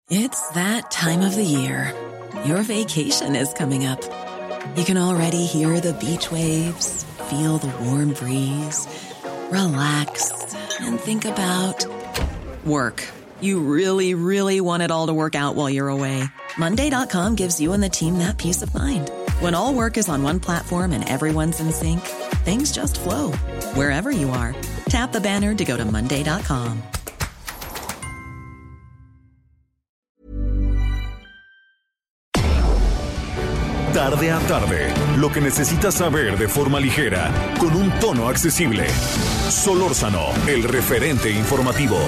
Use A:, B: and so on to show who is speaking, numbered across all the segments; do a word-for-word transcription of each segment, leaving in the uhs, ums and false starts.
A: It's that time of the year. Your vacation is coming up. You can already hear the beach waves, feel the warm breeze, relax, and think about work. You really, really want it all to work out while you're away. Monday dot com gives you and the team that peace of mind. When all work is on one platform and everyone's in sync, things just flow. Wherever you are, tap the banner to go to Monday dot com.
B: Tarde a tarde, lo que necesitas saber de forma ligera, con un tono accesible. Solórzano, el referente informativo.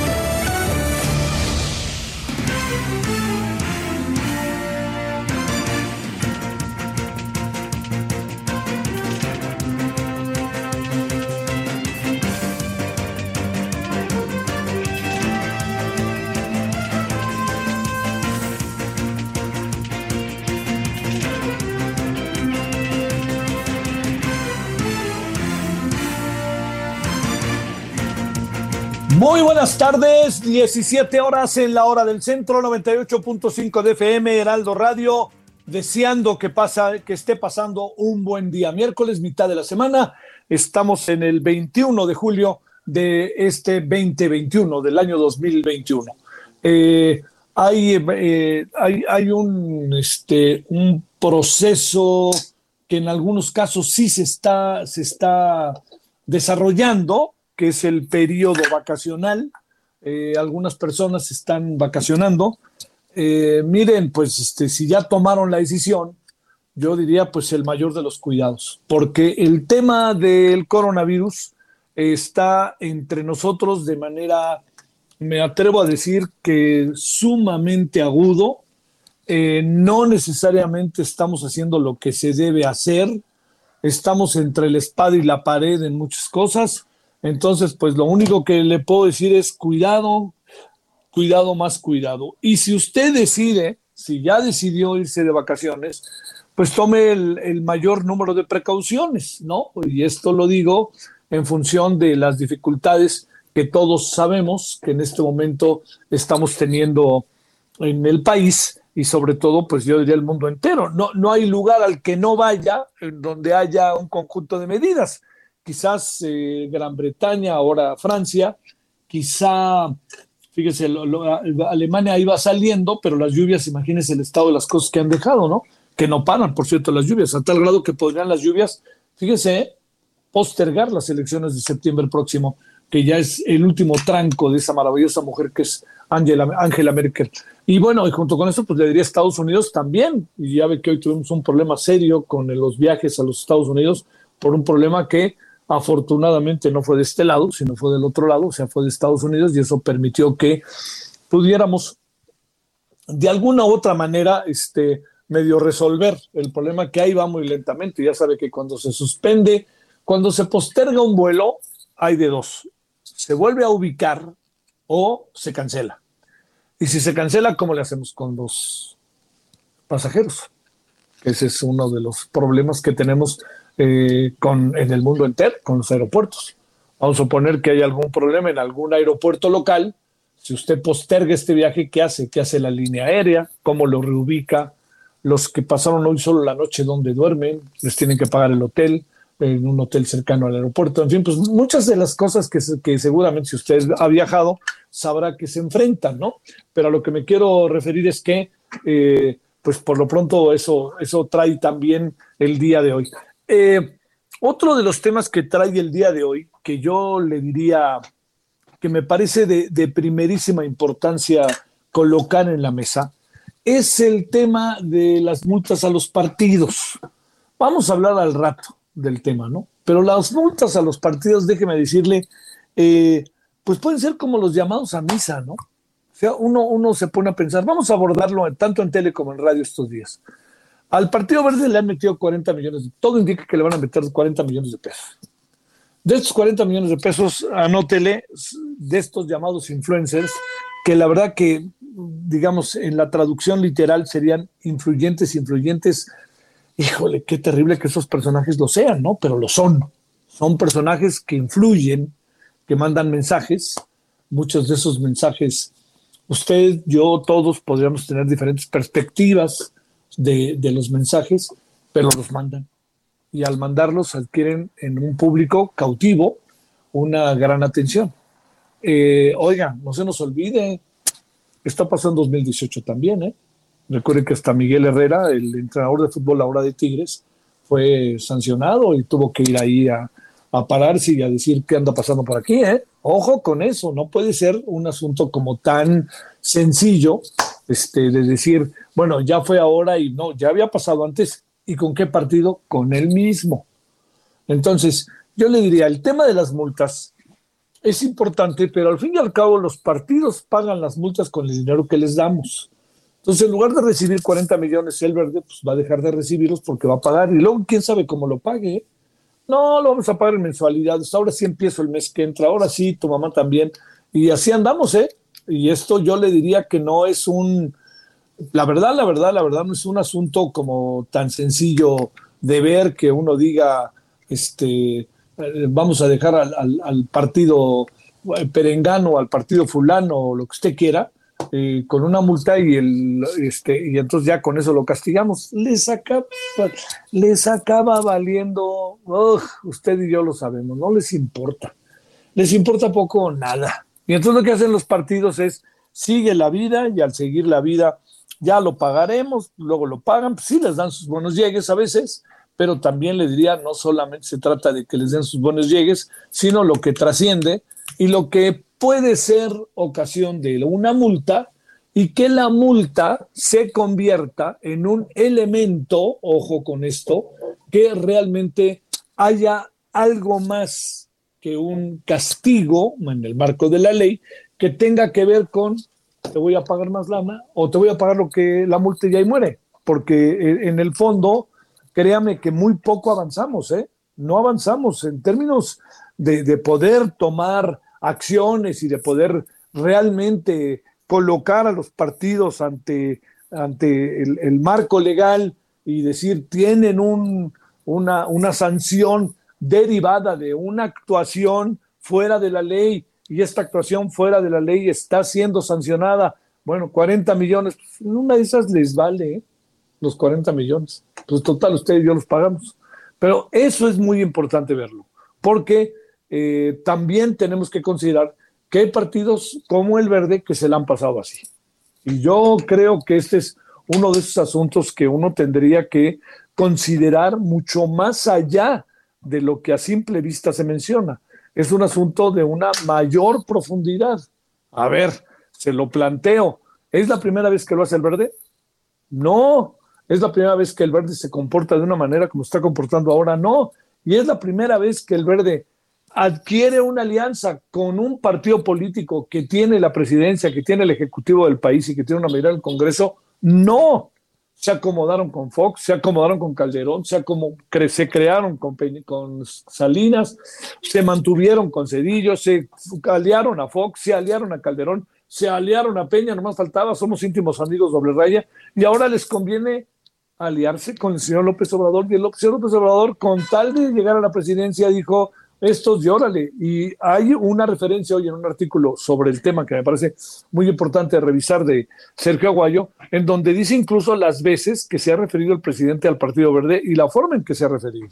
C: Muy buenas tardes, diecisiete horas en la hora del centro, noventa y ocho punto cinco de F M, Heraldo Radio, deseando que, pasa, que esté pasando un buen día. Miércoles, mitad de la semana, estamos en el veintiuno de julio de este veinte veintiuno, del año dos mil veintiuno. Eh, hay, eh, hay, hay un, este, un proceso que en algunos casos sí se está, se está desarrollando, que es el periodo vacacional. Eh, algunas personas están vacacionando. Eh, miren, pues este, si ya tomaron la decisión, yo diría pues el mayor de los cuidados, porque el tema del coronavirus está entre nosotros de manera, me atrevo a decir que sumamente agudo. Eh, no necesariamente estamos haciendo lo que se debe hacer, estamos entre la espada y la pared en muchas cosas. Entonces, pues lo único que le puedo decir es cuidado, cuidado más cuidado. Y si usted decide, si ya decidió irse de vacaciones, pues tome el, el mayor número de precauciones, ¿no? Y esto lo digo en función de las dificultades que todos sabemos que en este momento estamos teniendo en el país y sobre todo, pues yo diría el mundo entero. No, no hay lugar al que no vaya en donde haya un conjunto de medidas. Quizás eh, Gran Bretaña, ahora Francia, quizá, fíjese, lo, lo, Alemania iba saliendo, pero las lluvias, imagínense el estado de las cosas que han dejado, ¿no? Que no paran, por cierto, las lluvias, a tal grado que podrían las lluvias, fíjese, postergar las elecciones de septiembre próximo, que ya es el último tranco de esa maravillosa mujer que es Angela, Angela Merkel. Y bueno, y junto con eso, pues le diría Estados Unidos también, y ya ve que hoy tuvimos un problema serio con los viajes a los Estados Unidos, por un problema que afortunadamente no fue de este lado, sino fue del otro lado, o sea, fue de Estados Unidos, y eso permitió que pudiéramos de alguna u otra manera este, medio resolver el problema, que ahí va muy lentamente. Ya sabe que cuando se suspende, cuando se posterga un vuelo, hay de dos: se vuelve a ubicar o se cancela. Y si se cancela, ¿cómo le hacemos con los pasajeros? Ese es uno de los problemas que tenemos Eh, con, en el mundo entero, con los aeropuertos. Vamos a suponer que hay algún problema en algún aeropuerto local. Si usted posterga este viaje, ¿qué hace? ¿Qué hace la línea aérea? ¿Cómo lo reubica? Los que pasaron hoy solo la noche, ¿dónde duermen? Les tienen que pagar el hotel, en un hotel cercano al aeropuerto. En fin, pues muchas de las cosas que, que seguramente si usted ha viajado, sabrá que se enfrentan, ¿no? Pero a lo que me quiero referir es que, eh, pues por lo pronto eso, eso trae también el día de hoy. Eh, otro de los temas que trae el día de hoy, que yo le diría que me parece de, de primerísima importancia colocar en la mesa, es el tema de las multas a los partidos. Vamos a hablar al rato del tema, ¿no? Pero las multas a los partidos, déjeme decirle, eh, pues pueden ser como los llamados a misa, ¿no? O sea, uno, uno se pone a pensar, vamos a abordarlo tanto en tele como en radio estos días. Al Partido Verde le han metido cuarenta millones, todo indica que le van a meter cuarenta millones de pesos. De estos cuarenta millones de pesos, anótele, de estos llamados influencers, que la verdad que, digamos, en la traducción literal serían influyentes, influyentes. Híjole, qué terrible que esos personajes lo sean, ¿no? Pero lo son. Son personajes que influyen, que mandan mensajes. Muchos de esos mensajes Usted, yo, todos podríamos tener diferentes perspectivas de, de los mensajes, pero los mandan. Y al mandarlos adquieren en un público cautivo una gran atención. Eh, oiga, no se nos olvide, está pasando dos mil dieciocho también, ¿eh? Recuerde que hasta Miguel Herrera, el entrenador de fútbol ahora de Tigres, fue sancionado y tuvo que ir ahí a, a pararse y a decir qué anda pasando por aquí, ¿eh? Ojo con eso, no puede ser un asunto como tan sencillo, este, de decir, bueno, ya fue ahora y no, ya había pasado antes. ¿Y con qué partido? Con él mismo. Entonces, yo le diría, el tema de las multas es importante, pero al fin y al cabo los partidos pagan las multas con el dinero que les damos. Entonces, en lugar de recibir cuarenta millones, el Verde pues, va a dejar de recibirlos porque va a pagar. Y luego, ¿quién sabe cómo lo pague? ¿Eh? No, lo vamos a pagar en mensualidades. Ahora sí empiezo el mes que entra, ahora sí, tu mamá también. Y así andamos, ¿eh? Y esto yo le diría que no es un... La verdad, la verdad, la verdad, no es un asunto como tan sencillo de ver que uno diga, este, eh, vamos a dejar al, al, al partido perengano, al partido fulano, o lo que usted quiera, eh, con una multa y el este y entonces ya con eso lo castigamos. Les acaba, les acaba valiendo, uh, usted y yo lo sabemos, no les importa, les importa poco o nada. Y entonces lo que hacen los partidos es sigue la vida y al seguir la vida ya lo pagaremos, luego lo pagan, pues sí les dan sus buenos llegues a veces, pero también le diría, no solamente se trata de que les den sus buenos llegues, sino lo que trasciende y lo que puede ser ocasión de una multa y que la multa se convierta en un elemento, ojo con esto, que realmente haya algo más que un castigo en el marco de la ley que tenga que ver con te voy a pagar más lana o te voy a pagar lo que la multa ya y muere, porque en el fondo, créame que muy poco avanzamos, ¿eh? No avanzamos en términos de, de poder tomar acciones y de poder realmente colocar a los partidos ante, ante el, el marco legal y decir, tienen un, una, una sanción derivada de una actuación fuera de la ley y esta actuación fuera de la ley está siendo sancionada. Bueno, cuarenta millones, pues, en una de esas les vale, ¿eh? Los cuarenta millones. Pues total, ustedes y yo los pagamos. Pero eso es muy importante verlo, porque eh, también tenemos que considerar que hay partidos como el Verde que se la han pasado así. Y yo creo que este es uno de esos asuntos que uno tendría que considerar mucho más allá de lo que a simple vista se menciona. Es un asunto de una mayor profundidad. A ver, se lo planteo. ¿Es la primera vez que lo hace el Verde? No. ¿Es la primera vez que el Verde se comporta de una manera como está comportando ahora? No. Y es la primera vez que el Verde adquiere una alianza con un partido político que tiene la presidencia, que tiene el ejecutivo del país y que tiene una mayoría en el Congreso. No. Se acomodaron con Fox, se acomodaron con Calderón, se, acom- cre- se crearon con, Peñ- con Salinas, se mantuvieron con Cedillo, se aliaron a Fox, se aliaron a Calderón, se aliaron a Peña, nomás faltaba, somos íntimos amigos doble raya, y ahora les conviene aliarse con el señor López Obrador, y el señor López Obrador, con tal de llegar a la presidencia, dijo, estos de órale, y hay una referencia hoy en un artículo sobre el tema que me parece muy importante revisar de Sergio Aguayo, en donde dice incluso las veces que se ha referido el presidente al Partido Verde y la forma en que se ha referido.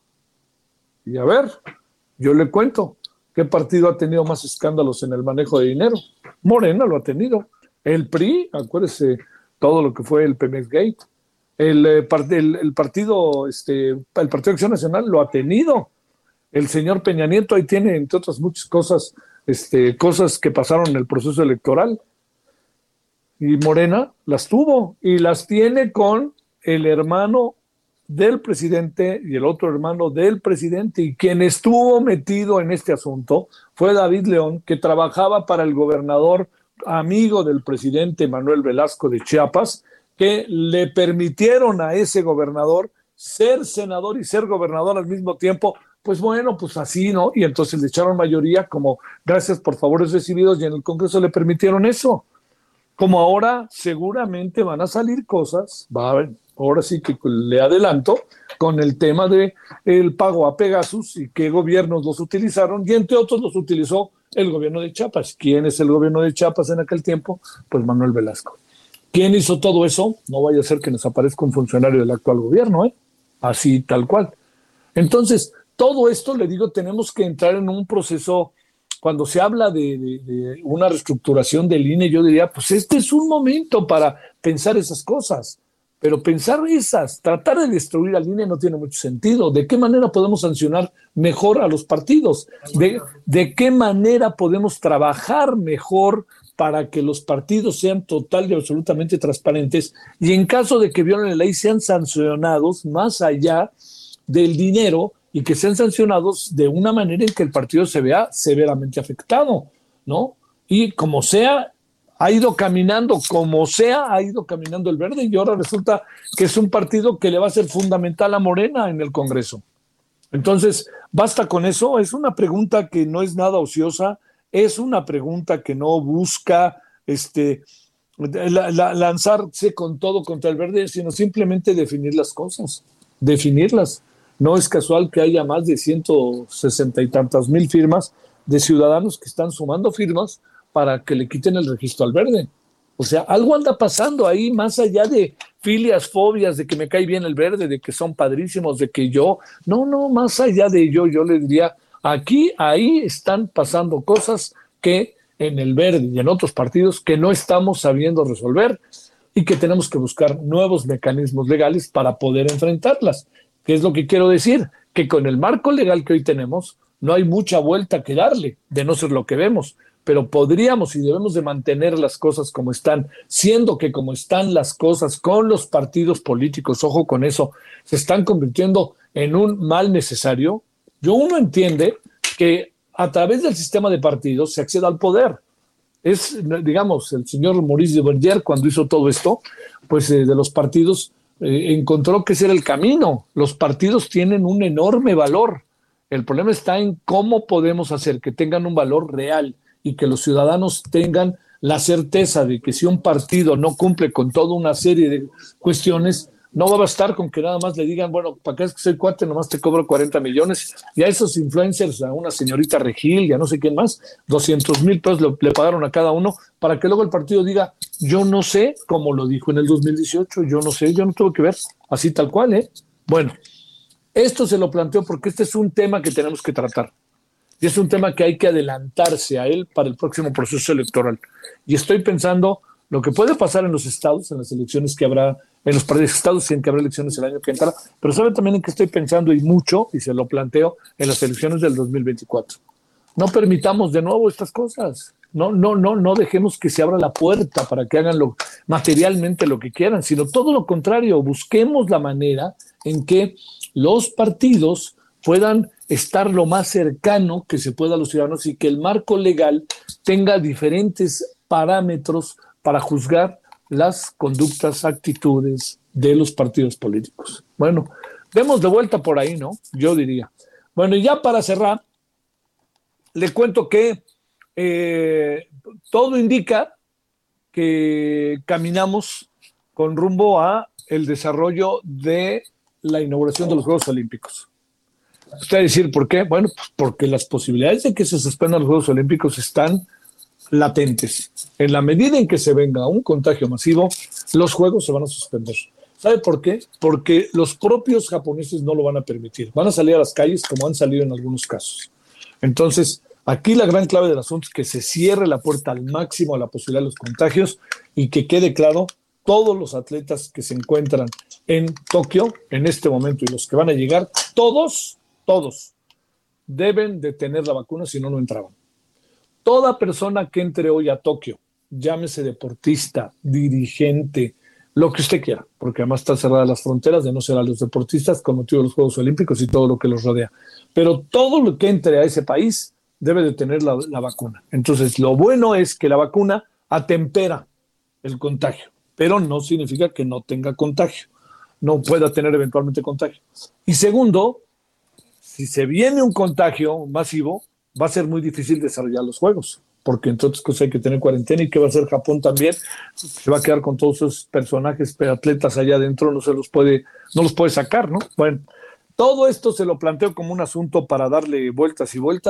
C: Y a ver, yo le cuento, ¿qué partido ha tenido más escándalos en el manejo de dinero? Morena lo ha tenido. El P R I, acuérdese todo lo que fue el Pemex Gate. El, el, el partido, este, el Partido de Acción Nacional lo ha tenido. El señor Peña Nieto ahí tiene, entre otras muchas cosas, este, cosas que pasaron en el proceso electoral. Y Morena las tuvo y las tiene con el hermano del presidente y el otro hermano del presidente. Y quien estuvo metido en este asunto fue David León, que trabajaba para el gobernador amigo del presidente Manuel Velasco de Chiapas, que le permitieron a ese gobernador ser senador y ser gobernador al mismo tiempo. Pues bueno, pues así, ¿no? Y entonces le echaron mayoría como gracias por favores recibidos y en el Congreso le permitieron eso. Como ahora seguramente van a salir cosas, va a haber, ahora sí que le adelanto, con el tema de el pago a Pegasus y qué gobiernos los utilizaron y entre otros los utilizó El gobierno de Chiapas. ¿Quién es el gobierno de Chiapas en aquel tiempo? Pues Manuel Velasco. ¿Quién hizo todo eso? No vaya a ser que nos aparezca un funcionario del actual gobierno, ¿eh? Así, tal cual. Entonces, todo esto, le digo, tenemos que entrar en un proceso. Cuando se habla de, de, de una reestructuración del I N E, yo diría, pues este es un momento para pensar esas cosas. Pero pensar esas, tratar de destruir al I N E no tiene mucho sentido. ¿De qué manera podemos sancionar mejor a los partidos? ¿De, de qué manera podemos trabajar mejor para que los partidos sean total y absolutamente transparentes? Y en caso de que violen la ley, sean sancionados más allá del dinero y que sean sancionados de una manera en que el partido se vea severamente afectado, ¿no? Y como sea, ha ido caminando, como sea, ha ido caminando el Verde, y ahora resulta que es un partido que le va a ser fundamental a Morena en el Congreso. Entonces, basta con eso. Es una pregunta que no es nada ociosa, es una pregunta que no busca este, la, la, lanzarse con todo contra el Verde, sino simplemente definir las cosas, definirlas. No es casual que haya más de ciento sesenta y tantas mil firmas de ciudadanos que están sumando firmas para que le quiten el registro al Verde. O sea, algo anda pasando ahí, más allá de filias, fobias, de que me cae bien el Verde, de que son padrísimos, de que yo... No, no, más allá de ello, yo le diría, aquí, ahí están pasando cosas que en el Verde y en otros partidos que no estamos sabiendo resolver y que tenemos que buscar nuevos mecanismos legales para poder enfrentarlas. ¿Qué es lo que quiero decir? Que con el marco legal que hoy tenemos no hay mucha vuelta que darle, de no ser lo que vemos, pero podríamos y debemos de mantener las cosas como están, siendo que como están las cosas con los partidos políticos, ojo con eso, se están convirtiendo en un mal necesario. Yo uno entiende que a través del sistema de partidos se acceda al poder. Es, digamos, el señor Maurice de Berger, cuando hizo todo esto, pues eh, de los partidos, Eh, encontró que ese era el camino. Los partidos tienen un enorme valor. El problema está en cómo podemos hacer que tengan un valor real y que los ciudadanos tengan la certeza de que si un partido no cumple con toda una serie de cuestiones, no va a bastar con que nada más le digan, bueno, para qué es que soy cuate, nomás te cobro cuarenta millones. Y a esos influencers, a una señorita Regil y a no sé quién más, doscientos mil pesos le, le pagaron a cada uno para que luego el partido diga, yo no sé, como lo dijo en el dos mil dieciocho, yo no sé, yo no tuve que ver, así tal cual, ¿eh? Bueno, esto se lo planteo porque este es un tema que tenemos que tratar. Y es un tema que hay que adelantarse a él para el próximo proceso electoral. Y estoy pensando lo que puede pasar en los estados, en las elecciones que habrá, en los estados en que habrá elecciones el año que entra, pero sabe también en qué estoy pensando y mucho, y se lo planteo, en las elecciones del dos mil veinticuatro. No permitamos de nuevo estas cosas. No, no, no, no dejemos que se abra la puerta para que hagan lo, materialmente lo que quieran, sino todo lo contrario. Busquemos la manera en que los partidos puedan estar lo más cercano que se pueda a los ciudadanos y que el marco legal tenga diferentes parámetros para juzgar las conductas, actitudes de los partidos políticos. Bueno, demos de vuelta por ahí, ¿no? Yo diría. Bueno, y ya para cerrar, le cuento que eh, todo indica que caminamos con rumbo a el desarrollo de la inauguración de los Juegos Olímpicos. Usted va a decir, ¿por qué? Bueno, pues porque las posibilidades de que se suspendan los Juegos Olímpicos están latentes. En la medida en que se venga un contagio masivo, los Juegos se van a suspender. ¿Sabe por qué? Porque los propios japoneses no lo van a permitir. Van a salir a las calles como han salido en algunos casos. Entonces, aquí la gran clave del asunto es que se cierre la puerta al máximo a la posibilidad de los contagios y que quede claro, todos los atletas que se encuentran en Tokio en este momento y los que van a llegar, todos, todos deben de tener la vacuna, si no, no entraban. Toda persona que entre hoy a Tokio, llámese deportista, dirigente, lo que usted quiera, porque además están cerradas las fronteras de no ser a los deportistas con motivo de los Juegos Olímpicos y todo lo que los rodea. Pero todo lo que entre a ese país debe de tener la, la vacuna. Entonces, lo bueno es que la vacuna atempera el contagio, pero no significa que no tenga contagio, no pueda tener eventualmente contagio. Y segundo, si se viene un contagio masivo, va a ser muy difícil desarrollar los juegos, porque entre otras cosas hay que tener cuarentena. ¿Y qué va a hacer Japón también? Se va a quedar con todos esos personajes, atletas allá adentro, no se los puede, no los puede sacar, ¿no? Bueno, todo esto se lo planteo como un asunto para darle vueltas y vueltas,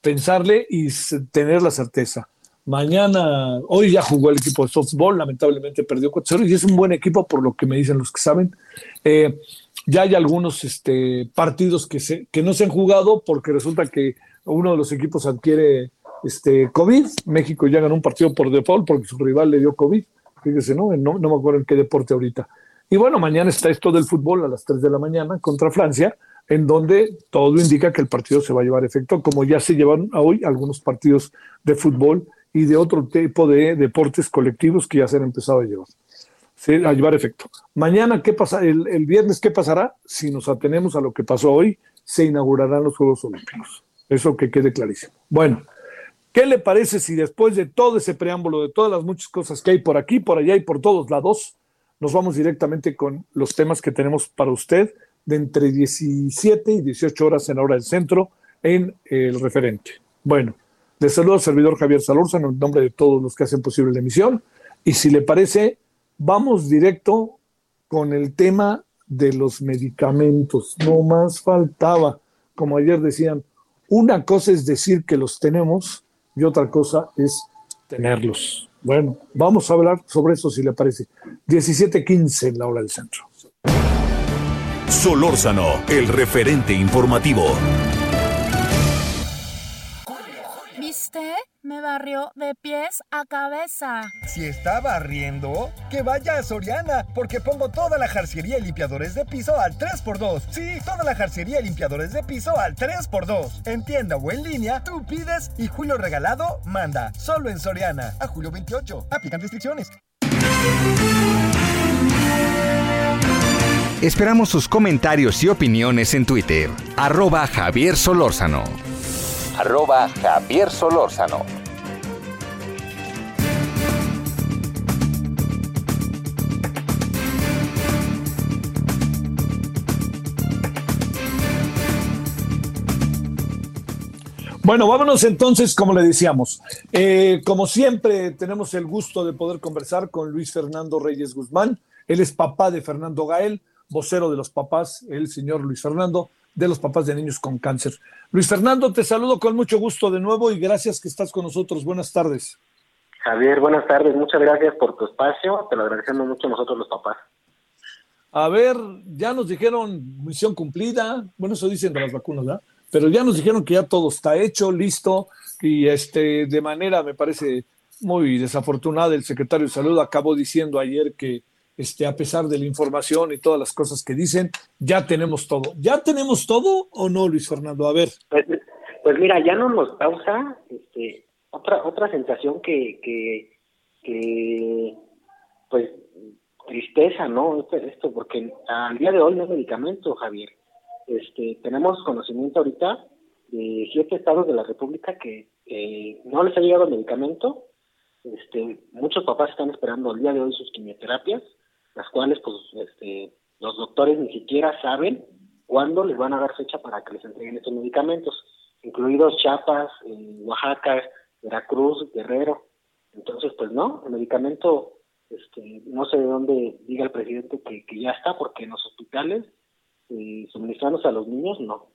C: pensarle y tener la certeza. Mañana, hoy ya jugó el equipo de softball, lamentablemente perdió cuatro cero y es un buen equipo por lo que me dicen los que saben. Eh, ya hay algunos este, partidos que, se, que no se han jugado porque resulta que uno de los equipos adquiere este, COVID. México ya ganó un partido por default porque su rival le dio COVID. Fíjese, ¿no? No, no me acuerdo en qué deporte ahorita. Y bueno, mañana está esto del fútbol a las tres de la mañana contra Francia, en donde todo indica que el partido se va a llevar a efecto, como ya se llevan hoy algunos partidos de fútbol y de otro tipo de deportes colectivos que ya se han empezado a llevar, ¿sí? A llevar efecto. Mañana, ¿qué pasa? El, el viernes, ¿qué pasará? Si nos atenemos a lo que pasó hoy, se inaugurarán los Juegos Olímpicos. Eso que quede clarísimo. Bueno, ¿qué le parece si después de todo ese preámbulo, de todas las muchas cosas que hay por aquí, por allá y por todos lados, nos vamos directamente con los temas que tenemos para usted de entre diecisiete y dieciocho horas en la hora del centro en El Referente? Bueno, les saludo al servidor Javier Solórzano en nombre de todos los que hacen posible la emisión. Y si le parece, vamos directo con el tema de los medicamentos. No más faltaba, como ayer decían, una cosa es decir que los tenemos y otra cosa es tenerlos. Bueno, vamos a hablar sobre eso si le parece. diecisiete quince en la hora del centro.
B: Solórzano, el referente informativo.
D: ¿Viste? Me barrió de pies a cabeza.
E: Si está barriendo, que vaya a Soriana, porque pongo toda la jarciería y limpiadores de piso al tres por dos. Sí, toda la jarciería y limpiadores de piso al tres por dos. En tienda o en línea, tú pides y Julio Regalado manda. Solo en Soriana. A julio veintiocho. Aplican restricciones.
F: Esperamos sus comentarios y opiniones en Twitter. Arroba Javier Solórzano. Arroba Javier Solórzano.
C: Bueno, vámonos entonces, como le decíamos. Eh, como siempre, tenemos el gusto de poder conversar con Luis Fernando Reyes Guzmán. Él es papá de Fernando Gael, vocero de los papás, el señor Luis Fernando, de los papás de niños con cáncer. Luis Fernando, te saludo con mucho gusto de nuevo y gracias que estás con nosotros. Buenas tardes.
G: Javier, buenas tardes. Muchas gracias por tu espacio. Te lo agradecemos mucho a nosotros los papás.
C: A ver, ya nos dijeron misión cumplida. Bueno, eso dicen de las vacunas, ¿verdad? Pero ya nos dijeron que ya todo está hecho, listo, y este, de manera, me parece muy desafortunada, el secretario de Salud acabó diciendo ayer que este, a pesar de la información y todas las cosas que dicen, ya tenemos todo. ¿Ya tenemos todo o no, Luis Fernando? A ver.
G: Pues, pues mira, ya no nos causa este, otra otra sensación que, que, que pues, tristeza, ¿no? Esto, esto, porque al día de hoy no es medicamento, Javier. Este, tenemos conocimiento ahorita de siete estados de la República que eh, no les ha llegado el medicamento. Este, muchos papás están esperando al día de hoy sus quimioterapias, las cuales pues este, los doctores ni siquiera saben cuándo les van a dar fecha para que les entreguen estos medicamentos, incluidos Chiapas, eh, Oaxaca, Veracruz, Guerrero. Entonces pues no, el medicamento este, no sé de dónde diga el presidente que, que ya está, porque en los hospitales y suministrándose a los niños, no.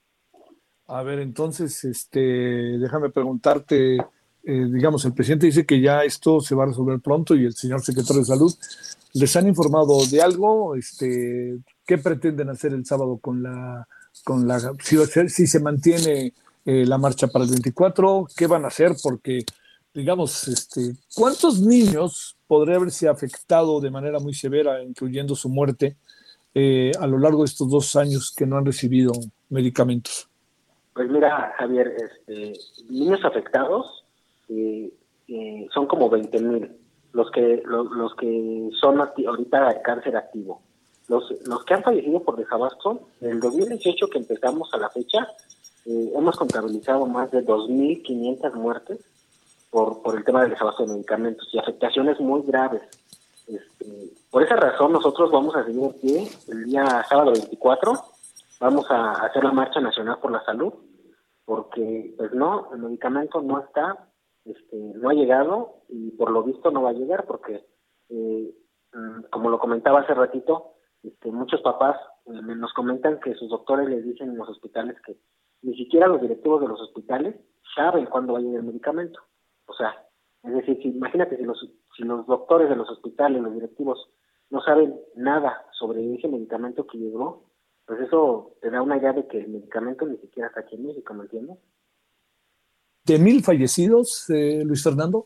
C: A ver, entonces, este, déjame preguntarte, eh, digamos, el presidente dice que ya esto se va a resolver pronto y el señor secretario de Salud, ¿les han informado de algo? Este, ¿qué pretenden hacer el sábado con la, con la, si, si se mantiene eh, la marcha para el veinticuatro? ¿Qué van a hacer? Porque, digamos, este, ¿cuántos niños podría haberse afectado de manera muy severa, incluyendo su muerte, Eh, a lo largo de estos dos años que no han recibido medicamentos?
G: Pues mira, Javier, este, niños afectados eh, eh, son como veinte mil los que los, los que son acti- ahorita de cáncer activo. Los los que han fallecido por desabasto, en el dos mil dieciocho que empezamos a la fecha, eh, hemos contabilizado más de dos mil quinientas muertes por, por el tema del desabasto de medicamentos y afectaciones muy graves. Este, por esa razón nosotros vamos a seguir en pie el día sábado veinticuatro, vamos a hacer la marcha nacional por la salud, porque pues no, el medicamento no está, este, no ha llegado y por lo visto no va a llegar porque eh, como lo comentaba hace ratito, este, muchos papás eh, nos comentan que sus doctores les dicen en los hospitales que ni siquiera los directivos de los hospitales saben cuándo va a llegar el medicamento. O sea, es decir, si, imagínate si los, si los doctores de los hospitales, los directivos, no saben nada sobre ese medicamento que llegó, pues eso te da una idea de que el medicamento ni siquiera está aquí en México, ¿me entiendes?
C: ¿De mil fallecidos, eh, Luis Fernando?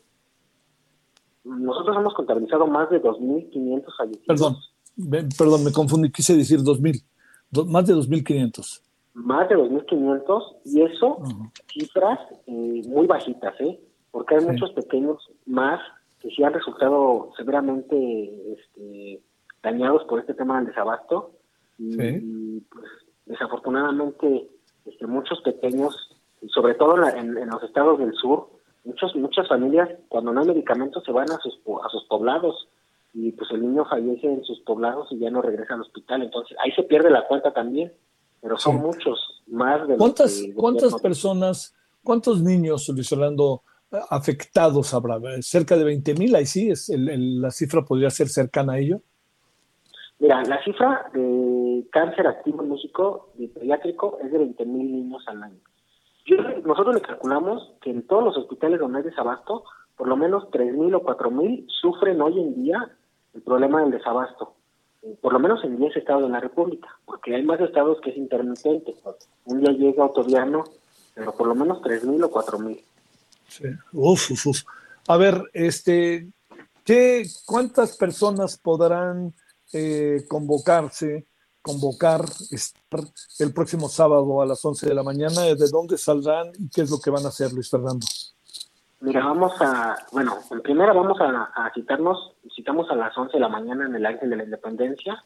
G: Nosotros hemos contabilizado más de dos mil quinientos fallecidos.
C: Perdón, me, perdón, me confundí, quise decir dos mil, do, más de dos mil quinientos.
G: Más de dos mil quinientos, y eso, uh-huh. cifras eh, muy bajitas, ¿eh? Porque hay sí. muchos pequeños más que sí han resultado severamente este, dañados por este tema del desabasto, y, sí. y pues, desafortunadamente este, muchos pequeños, sobre todo en, la, en, en los estados del sur, muchos muchas familias, cuando no hay medicamentos, se van a sus, a sus poblados, y pues el niño fallece en sus poblados y ya no regresa al hospital. Entonces ahí se pierde la cuenta también, pero son sí. muchos más de
C: ¿Cuántas,
G: que,
C: ¿cuántas personas, cuántos niños, Luis Orlando, afectados habrá? ¿Cerca de veinte mil? Ahí sí, es el, el, la cifra podría ser cercana a ello.
G: Mira, la cifra de cáncer activo en México, de pediátrico, es de veinte mil niños al año. Yo, nosotros le calculamos que en todos los hospitales donde hay desabasto, por lo menos tres mil o cuatro mil sufren hoy en día el problema del desabasto, por lo menos en diez estados de la República, porque hay más estados que es intermitente. Un día llega autodiano, pero por lo menos tres mil o cuatro mil.
C: Sí. Uf, uf, uf. A ver, este, ¿qué, ¿cuántas personas podrán eh, convocarse? convocar estar el próximo sábado a las once de la mañana? ¿De dónde saldrán y qué es lo que van a hacer, Luis Fernando?
G: Mira, vamos a, bueno, en primera vamos a, a citarnos, citamos a las once de la mañana en el Ángel de la Independencia,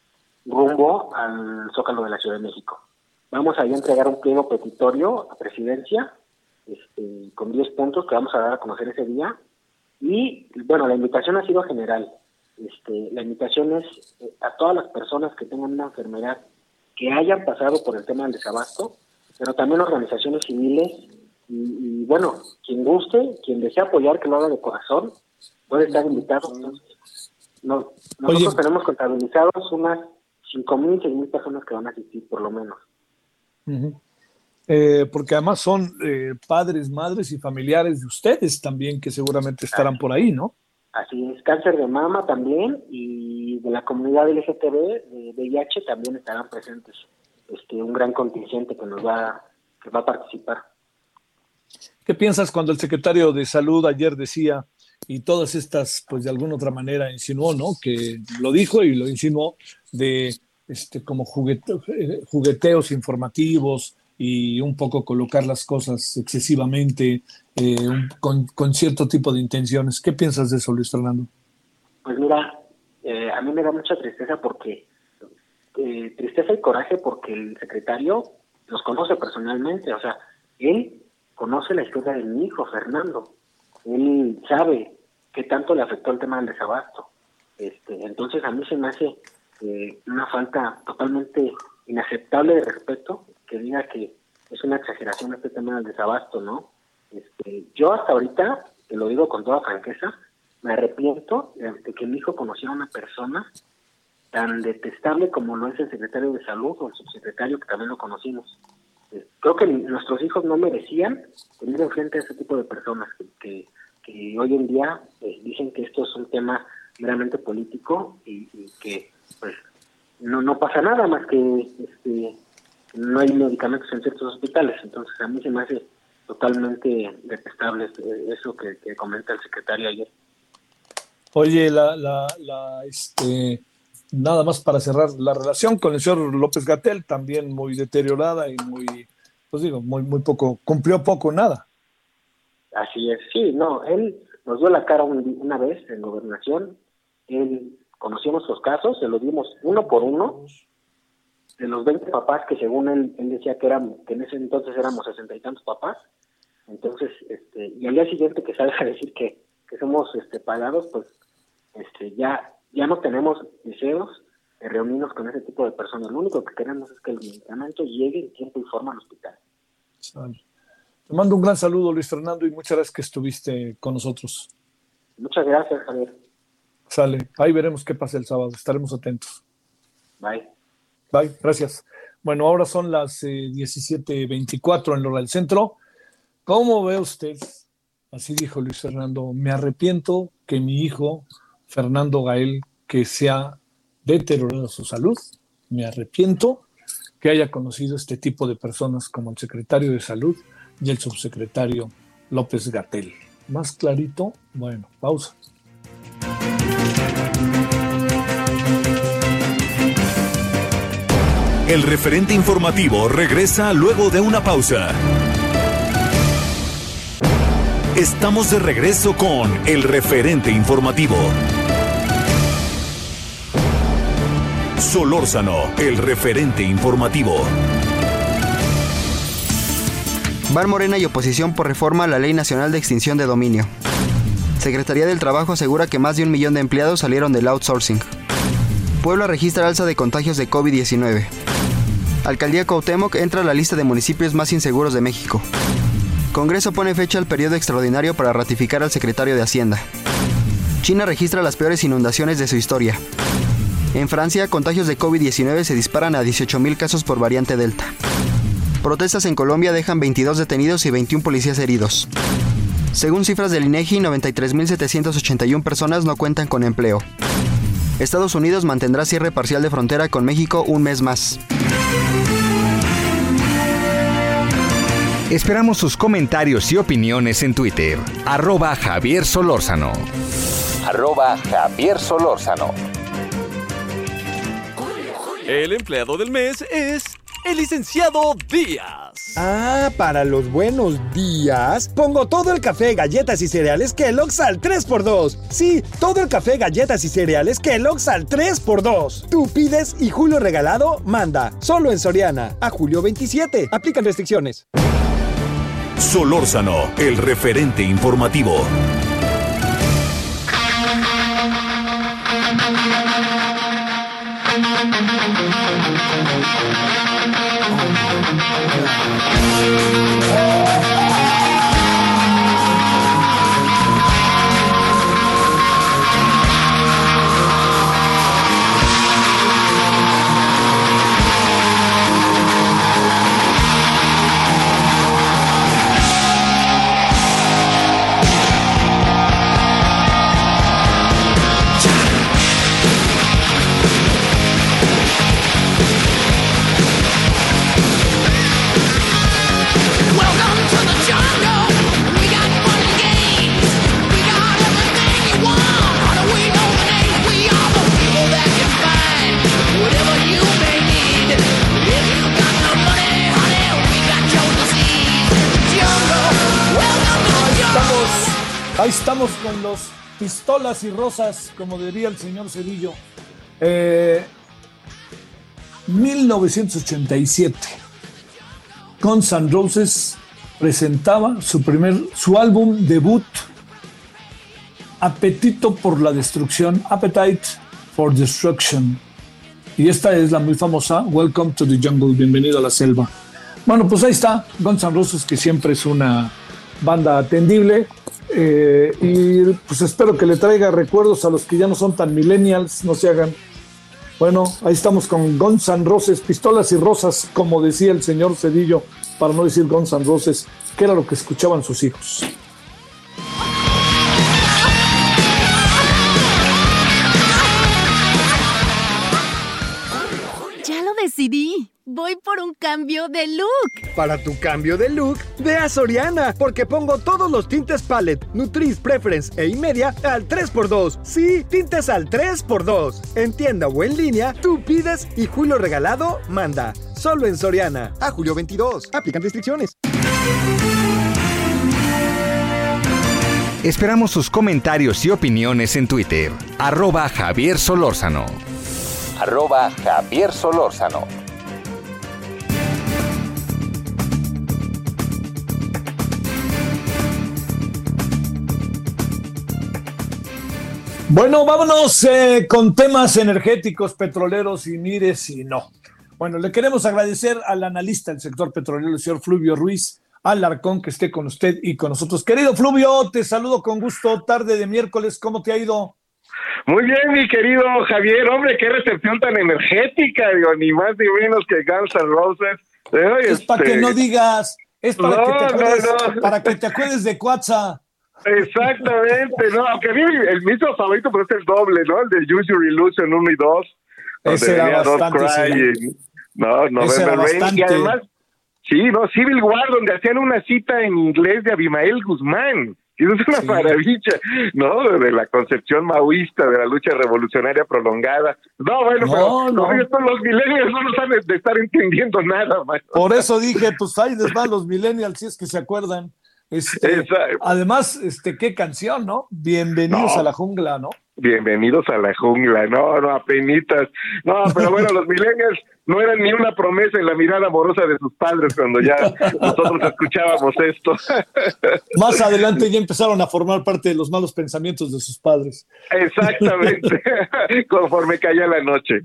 G: rumbo al Zócalo de la Ciudad de México. Vamos a ir a entregar un pliego petitorio a Presidencia, este, con diez puntos que vamos a dar a conocer ese día, y bueno, la invitación ha sido general. Este, la invitación es eh, a todas las personas que tengan una enfermedad que hayan pasado por el tema del desabasto, pero también organizaciones civiles y, y bueno, quien guste, quien desea apoyar, que lo haga de corazón, puede estar invitado. Entonces, no, nosotros Oye. tenemos contabilizados unas cinco mil, seis mil personas que van a asistir por lo menos.
C: Uh-huh. Eh, porque además son eh, padres, madres y familiares de ustedes también que seguramente estarán por ahí, ¿no?
G: Así es, cáncer de mama también, y de la comunidad L G T B, de V I H, también estarán presentes. Este, un gran contingente que nos va, que va a participar.
C: ¿Qué piensas cuando el secretario de Salud ayer decía, y todas estas, pues de alguna otra manera insinuó, ¿no? Que lo dijo y lo insinuó, de este como juguete, jugueteos informativos y un poco colocar las cosas excesivamente eh, un, con, con cierto tipo de intenciones? ¿Qué piensas de eso, Luis Fernando?
G: Pues mira, eh, a mí me da mucha tristeza porque, eh, tristeza y coraje porque el secretario los conoce personalmente, o sea, él conoce la historia de mi hijo, Fernando, él sabe qué tanto le afectó el tema del desabasto, este, entonces a mí se me hace eh, una falta totalmente inaceptable de respeto que diga que es una exageración este tema del desabasto, ¿no? Este, yo hasta ahorita, te lo digo con toda franqueza, me arrepiento de, de que mi hijo conociera a una persona tan detestable como lo es el secretario de Salud o el subsecretario que también lo conocimos. Eh, creo que nuestros hijos no merecían tener enfrente a ese tipo de personas que, que, que hoy en día eh, dicen que esto es un tema meramente político y, y que pues no, no pasa nada más que este no hay medicamentos en ciertos hospitales. Entonces a mí se me hace totalmente detestable eso que, que comenta el secretario ayer.
C: Oye, la, la, la, este, nada más para cerrar, la relación con el señor López-Gatell también muy deteriorada y muy, pues digo, muy, muy poco, cumplió poco, nada.
G: Así es, sí, no, él nos dio la cara un, una vez en Gobernación, él conocimos los casos, se los dimos uno por uno, de los veinte papás que según él, él decía que eran, que en ese entonces éramos sesenta y tantos papás, entonces, este, y al día siguiente que salga a decir que, que somos este pagados, pues este ya, ya no tenemos deseos de reunirnos con ese tipo de personas. Lo único que queremos es que el medicamento llegue en tiempo y forma al hospital.
C: Sale. Te mando un gran saludo, Luis Fernando, y muchas gracias que estuviste con nosotros.
G: Muchas gracias, Javier.
C: Sale, ahí veremos qué pasa el sábado, estaremos atentos.
G: Bye.
C: Bye, gracias. Bueno, ahora son las eh, diecisiete veinticuatro en hora del centro. ¿Cómo ve usted? Así dijo Luis Fernando, me arrepiento que mi hijo, Fernando Gael, que se ha deteriorado su salud, me arrepiento que haya conocido este tipo de personas como el secretario de Salud y el subsecretario López-Gatell. ¿Más clarito? Bueno, pausa.
B: El referente informativo regresa luego de una pausa. Estamos de regreso con el referente informativo. Solórzano, el referente informativo.
H: Van Morena y oposición por reforma a la Ley Nacional de Extinción de Dominio. Secretaría del Trabajo asegura que más de un millón de empleados salieron del outsourcing. Puebla registra alza de contagios de covid diecinueve. Alcaldía Cuauhtémoc entra a la lista de municipios más inseguros de México. Congreso pone fecha al periodo extraordinario para ratificar al secretario de Hacienda. China registra las peores inundaciones de su historia. En Francia, contagios de covid diecinueve se disparan a dieciocho mil casos por variante Delta. Protestas en Colombia dejan veintidós detenidos y veintiún policías heridos. Según cifras del INEGI, noventa y tres mil setecientas ochenta y una personas no cuentan con empleo. Estados Unidos mantendrá cierre parcial de frontera con México un mes más.
F: Esperamos sus comentarios y opiniones en Twitter. Arroba Javier Solórzano. Arroba Javier Solórzano.
I: El empleado del mes es el licenciado Díaz.
E: Ah, para los buenos días, pongo todo el café, galletas y cereales Kellogg's al tres por dos. Sí, todo el café, galletas y cereales Kellogg's al tres por dos. Tú pides y Julio Regalado manda. Solo en Soriana. A julio veintisiete. Aplican restricciones.
B: Solórzano, el referente informativo.
C: Ahí estamos con los pistolas y rosas, como diría el señor Cedillo. Eh, mil novecientos ochenta y siete. Guns N' Roses presentaba su primer, su álbum debut, Apetito por la Destrucción, Appetite for Destruction. Y esta es la muy famosa Welcome to the Jungle, bienvenido a la selva. Bueno, pues ahí está, Guns N' Roses, que siempre es una banda atendible. Eh, y pues espero que le traiga recuerdos a los que ya no son tan millennials, no se hagan. Bueno, ahí estamos con Guns N' Roses, pistolas y rosas, como decía el señor Cedillo, para no decir Guns N' Roses, que era lo que escuchaban sus hijos.
D: Ya lo decidí. Voy por un cambio de look.
E: Para tu cambio de look, ve a Soriana, porque pongo todos los tintes Palette, Nutrice, Preference e Imedia al tres por dos. Sí, tintes al tres por dos. En tienda o en línea, tú pides y Julio Regalado manda. Solo en Soriana. A julio veintidós. Aplican restricciones.
F: Esperamos sus comentarios y opiniones en Twitter. Arroba Javier Solórzano. Arroba Javier Solórzano.
C: Bueno, vámonos eh, con temas energéticos, petroleros y mire si no. Bueno, le queremos agradecer al analista del sector petrolero, el señor Fluvio Ruiz Alarcón, que esté con usted y con nosotros. Querido Fluvio, te saludo con gusto, tarde de miércoles, ¿cómo te ha ido?
J: Muy bien, mi querido Javier, hombre, qué recepción tan energética, digo, ni más ni menos que Guns N' Roses.
C: Eh, es
J: este...
C: para que no digas, es para,
J: no,
C: que te acuerdes,
J: no, no.
C: para que te acuerdes de Quatza.
J: Exactamente, no, aunque a mí el mismo favorito pues es el doble, ¿no? El de Use Your Illusion uno y dos.
C: Ese era bastante,
J: sí. No, no,
C: Ese era bastante.
J: Y además, sí, no, Civil War, donde hacían una cita en inglés de Abimael Guzmán. Y eso es una sí. maravilla, ¿no? De la concepción maoísta de la lucha revolucionaria prolongada. No, bueno, no, pero no. Estos, los millennials no nos han de estar entendiendo nada, man.
C: Por eso dije, pues ahí les van los millennials, si es que se acuerdan. Este, además, este, qué canción, ¿no? Bienvenidos no. a la jungla, ¿no?
J: Bienvenidos a la jungla, no, no, apenitas. No, pero bueno, los millennials no eran ni una promesa en la mirada amorosa de sus padres cuando ya nosotros escuchábamos esto.
C: Más adelante ya empezaron a formar parte de los malos pensamientos de sus padres.
J: Exactamente, conforme caía la noche.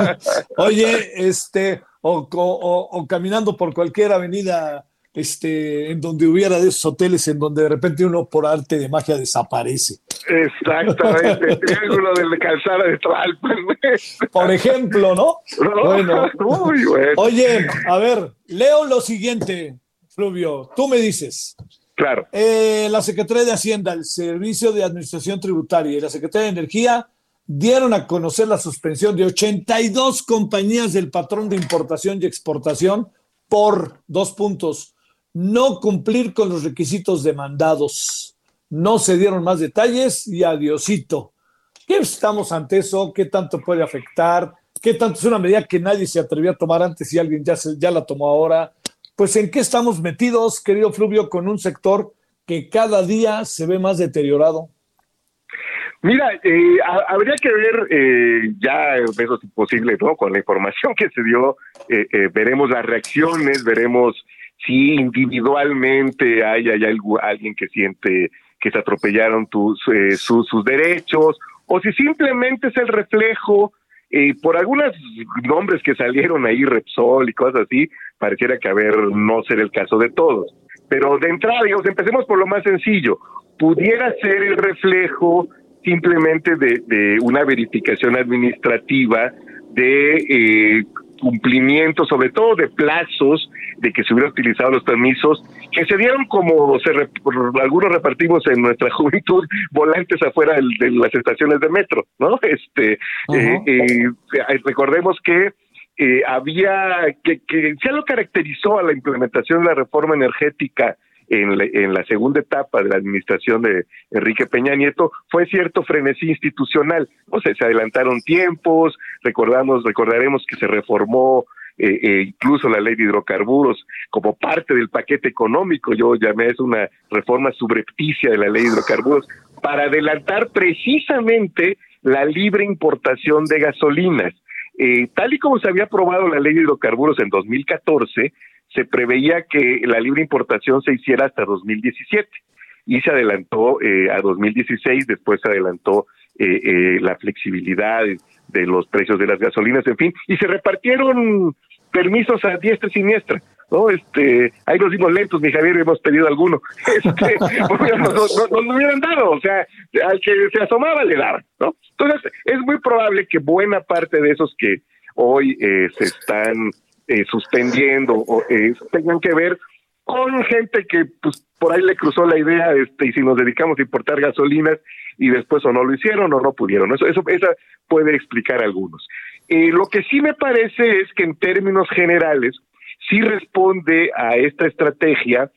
C: Oye, este, o, o, o caminando por cualquier avenida este, en donde hubiera de esos hoteles en donde de repente uno por arte de magia desaparece.
J: Exactamente, el triángulo de la calzada de Tlalpan.
C: Por ejemplo, ¿no?
J: no
C: bueno.
J: Muy bueno.
C: Oye, a ver, leo lo siguiente, Fluvio, tú me dices.
J: Claro.
C: Eh, la Secretaría de Hacienda, el Servicio de Administración Tributaria y la Secretaría de Energía dieron a conocer la suspensión de ochenta y dos compañías del patrón de importación y exportación por dos puntos. No cumplir con los requisitos demandados. No se dieron más detalles y adiosito. ¿Qué estamos ante eso? ¿Qué tanto puede afectar? ¿Qué tanto es una medida que nadie se atrevió a tomar antes y alguien ya, se, ya la tomó ahora? Pues ¿en qué estamos metidos, querido Fluvio, con un sector que cada día se ve más deteriorado?
J: Mira, eh, a, habría que ver, eh, ya eso es imposible, ¿no? Con la información que se dio, eh, eh, veremos las reacciones, veremos si individualmente hay, hay algo, alguien que siente que se atropellaron tus, eh, sus, sus derechos, o si simplemente es el reflejo, eh, por algunos nombres que salieron ahí, Repsol y cosas así, pareciera que a ver, no ser el caso de todos. Pero de entrada, digamos, empecemos por lo más sencillo, pudiera ser el reflejo simplemente de, de una verificación administrativa de eh, cumplimiento, sobre todo de plazos, de que se hubieran utilizado los permisos, que se dieron como se re, algunos repartimos en nuestra juventud, volantes afuera de, de las estaciones de metro, ¿no? Este, uh-huh. eh, eh, recordemos que eh, había, que, que ya lo caracterizó a la implementación de la reforma energética en la, en la segunda etapa de la administración de Enrique Peña Nieto, fue cierto frenesí institucional. O sea, se adelantaron tiempos, recordamos, recordaremos que se reformó eh, eh, incluso la ley de hidrocarburos como parte del paquete económico, yo llamé eso una reforma subrepticia de la ley de hidrocarburos, para adelantar precisamente la libre importación de gasolinas. Eh, tal y como se había aprobado la ley de hidrocarburos en dos mil catorce, se preveía que la libre importación se hiciera hasta dos mil diecisiete y se adelantó eh, a dos mil dieciséis, después se adelantó eh, eh, la flexibilidad de los precios de las gasolinas, en fin, y se repartieron permisos a diestra y siniestra, ¿no? Este, ahí nos dimos lentos, mi Javier, hemos pedido alguno, este, pues, nos, nos, nos lo hubieran dado, o sea, al que se asomaba le daban, ¿no? Entonces, es muy probable que buena parte de esos que hoy eh, se están Eh, suspendiendo o eh, tengan que ver con gente que pues por ahí le cruzó la idea, este, y si nos dedicamos a importar gasolinas y después o no lo hicieron o no pudieron, eso, eso esa puede explicar algunos. Eh, lo que sí me parece es que en términos generales sí responde a esta estrategia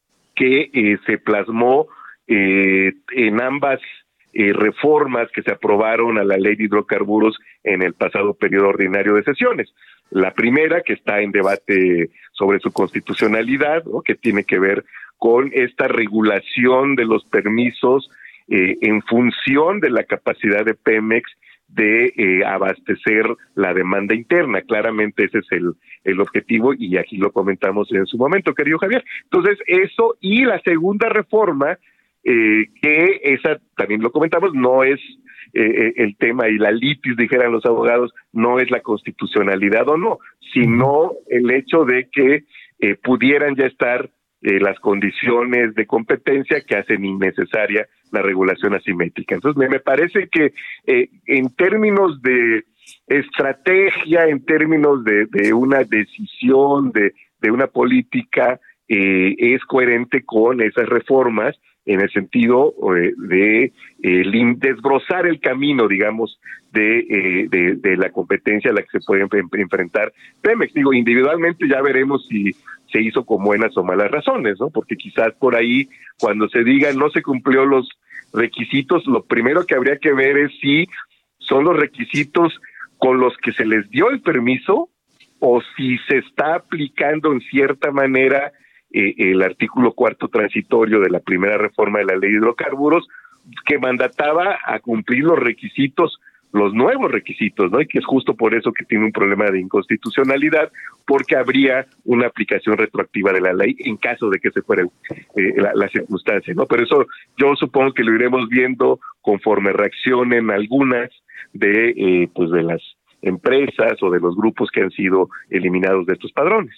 J: que eh, se plasmó eh, en ambas eh, reformas que se aprobaron a la ley de hidrocarburos en el pasado periodo ordinario de sesiones. La primera, que está en debate sobre su constitucionalidad, ¿no? Que tiene que ver con esta regulación de los permisos eh, en función de la capacidad de Pemex de eh, abastecer la demanda interna. Claramente ese es el, el objetivo y aquí lo comentamos en su momento, querido Javier. Entonces, eso y la segunda reforma, eh, que esa también lo comentamos, no es Eh, el tema y la litis, dijeran los abogados, no es la constitucionalidad o no, sino el hecho de que eh, pudieran ya estar eh, las condiciones de competencia que hacen innecesaria la regulación asimétrica. Entonces, me, me parece que eh, en términos de estrategia, en términos de, de una decisión, de, de una política, eh, es coherente con esas reformas en el sentido eh, de eh, desbrozar el camino, digamos, de, eh, de, de la competencia a la que se puede enfrentar Pemex. Digo, individualmente ya veremos si se hizo con buenas o malas razones, ¿no? Porque quizás por ahí, cuando se diga no se cumplió los requisitos, lo primero que habría que ver es si son los requisitos con los que se les dio el permiso o si se está aplicando en cierta manera eh, el artículo cuarto transitorio de la primera reforma de la ley de hidrocarburos, que mandataba a cumplir los requisitos, los nuevos requisitos, ¿no? Y que es justo por eso que tiene un problema de inconstitucionalidad, porque habría una aplicación retroactiva de la ley en caso de que se fuera eh, la, la circunstancia, ¿no? Pero eso yo supongo que lo iremos viendo conforme reaccionen algunas de eh, pues de las empresas o de los grupos que han sido eliminados de estos padrones.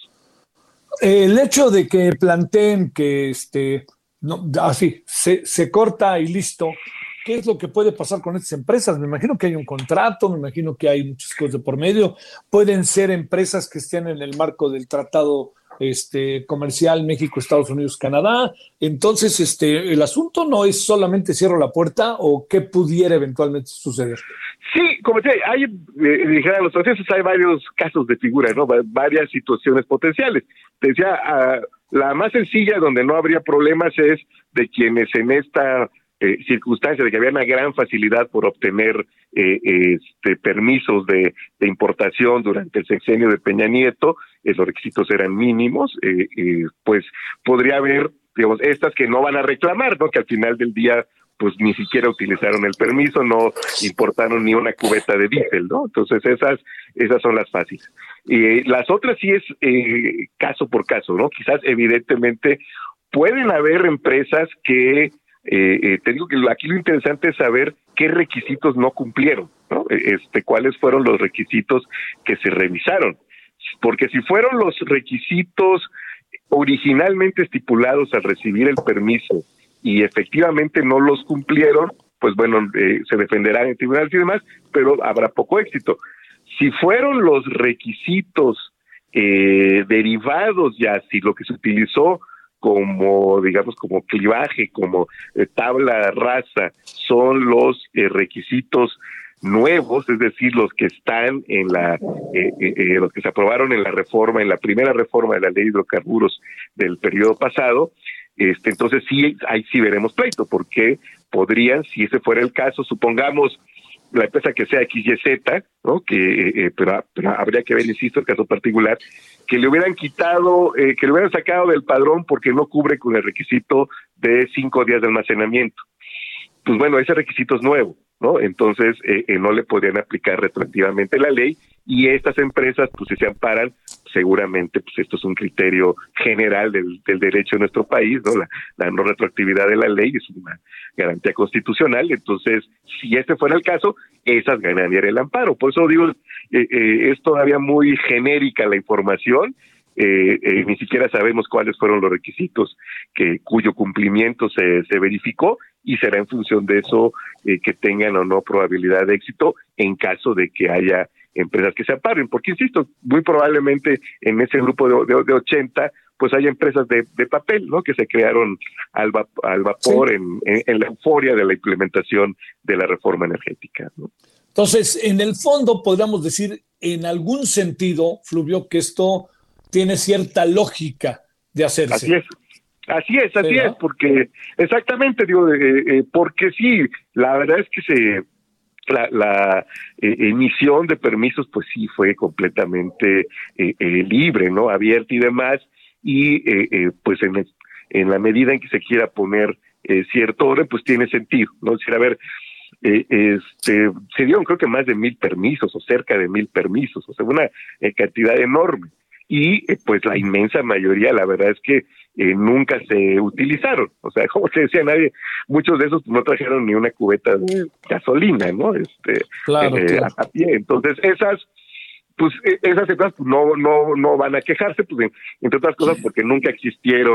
C: El hecho de que planteen que este no así se, se corta y listo, ¿qué es lo que puede pasar con estas empresas? Me imagino que hay un contrato, me imagino que hay muchas cosas de por medio. Pueden ser empresas que estén en el marco del tratado este, comercial México, Estados Unidos, Canadá. Entonces, este, el asunto no es solamente cierro la puerta o qué pudiera eventualmente suceder.
J: Sí, como te hay, eh, dijeron los franceses, hay varios casos de figura, ¿no? Varias situaciones potenciales. Te decía, uh, la más sencilla donde no habría problemas es de quienes en esta Eh, circunstancia de que había una gran facilidad por obtener eh, este, permisos de, de importación durante el sexenio de Peña Nieto, eh, los requisitos eran mínimos, eh, eh, pues podría haber, digamos, estas que no van a reclamar, ¿no? Que al final del día pues ni siquiera utilizaron el permiso, no importaron ni una cubeta de diésel, ¿no? Entonces esas esas son las fáciles. Eh, las otras sí es eh, caso por caso, ¿no? Quizás evidentemente pueden haber empresas que Eh, eh, te digo que aquí lo interesante es saber qué requisitos no cumplieron, ¿no? Este, cuáles fueron los requisitos que se revisaron, porque si fueron los requisitos originalmente estipulados al recibir el permiso y efectivamente no los cumplieron, pues bueno, eh, se defenderán en tribunales y demás, pero habrá poco éxito. Si fueron los requisitos eh, derivados ya, si lo que se utilizó como, digamos, como clivaje, como eh, tabla rasa, son los eh, requisitos nuevos, es decir, los que están en la, eh, eh, los que se aprobaron en la reforma, en la primera reforma de la ley de hidrocarburos del periodo pasado, este, entonces sí, ahí sí veremos pleito, porque podrían, si ese fuera el caso, supongamos la empresa que sea X Y Z, ¿no? Que eh, pero, pero habría que ver, insisto, el caso particular, que le hubieran quitado, eh, que le hubieran sacado del padrón porque no cubre con el requisito de cinco días de almacenamiento. Pues bueno, ese requisito es nuevo, ¿no? Entonces eh, eh, no le podrían aplicar retroactivamente la ley, y estas empresas, pues si se amparan, seguramente pues esto es un criterio general del, del derecho de nuestro país, ¿no? La, la no retroactividad de la ley es una garantía constitucional. Entonces, si este fuera el caso, esas ganarían el amparo. Por eso digo, eh, eh, es todavía muy genérica la información. Eh, eh, ni siquiera sabemos cuáles fueron los requisitos que cuyo cumplimiento se, se verificó, y será en función de eso eh, que tengan o no probabilidad de éxito en caso de que haya empresas que se amparen, porque insisto, muy probablemente en ese grupo de, de, de ochenta pues hay empresas de, de papel, ¿no? Que se crearon al, va, al vapor, sí, en, en, en la euforia de la implementación de la reforma energética, ¿no?
C: Entonces, en el fondo podríamos decir, en algún sentido, Fluvio, que esto tiene cierta lógica de hacerse.
J: Así es, así es, así
C: ¿Sí, no?
J: es, porque exactamente, digo, eh, eh, porque sí, la verdad es que se la, la eh, emisión de permisos, pues sí, fue completamente eh, eh, libre, ¿no? Abierta y demás, y eh, eh, pues en, en la medida en que se quiera poner eh, cierto orden, pues tiene sentido, ¿no? Es decir, a ver, eh, este, se dieron creo que más de mil permisos, o cerca de mil permisos, o sea, una eh, cantidad enorme. Y eh, pues la inmensa mayoría, la verdad es que eh, nunca se utilizaron. O sea, como te decía, nadie, muchos de esos no trajeron ni una cubeta de gasolina, ¿no? Este,
C: claro,
J: eh,
C: claro.
J: A, a pie. Entonces, esas, pues esas empresas no, no, no van a quejarse, pues entre otras cosas porque nunca existieron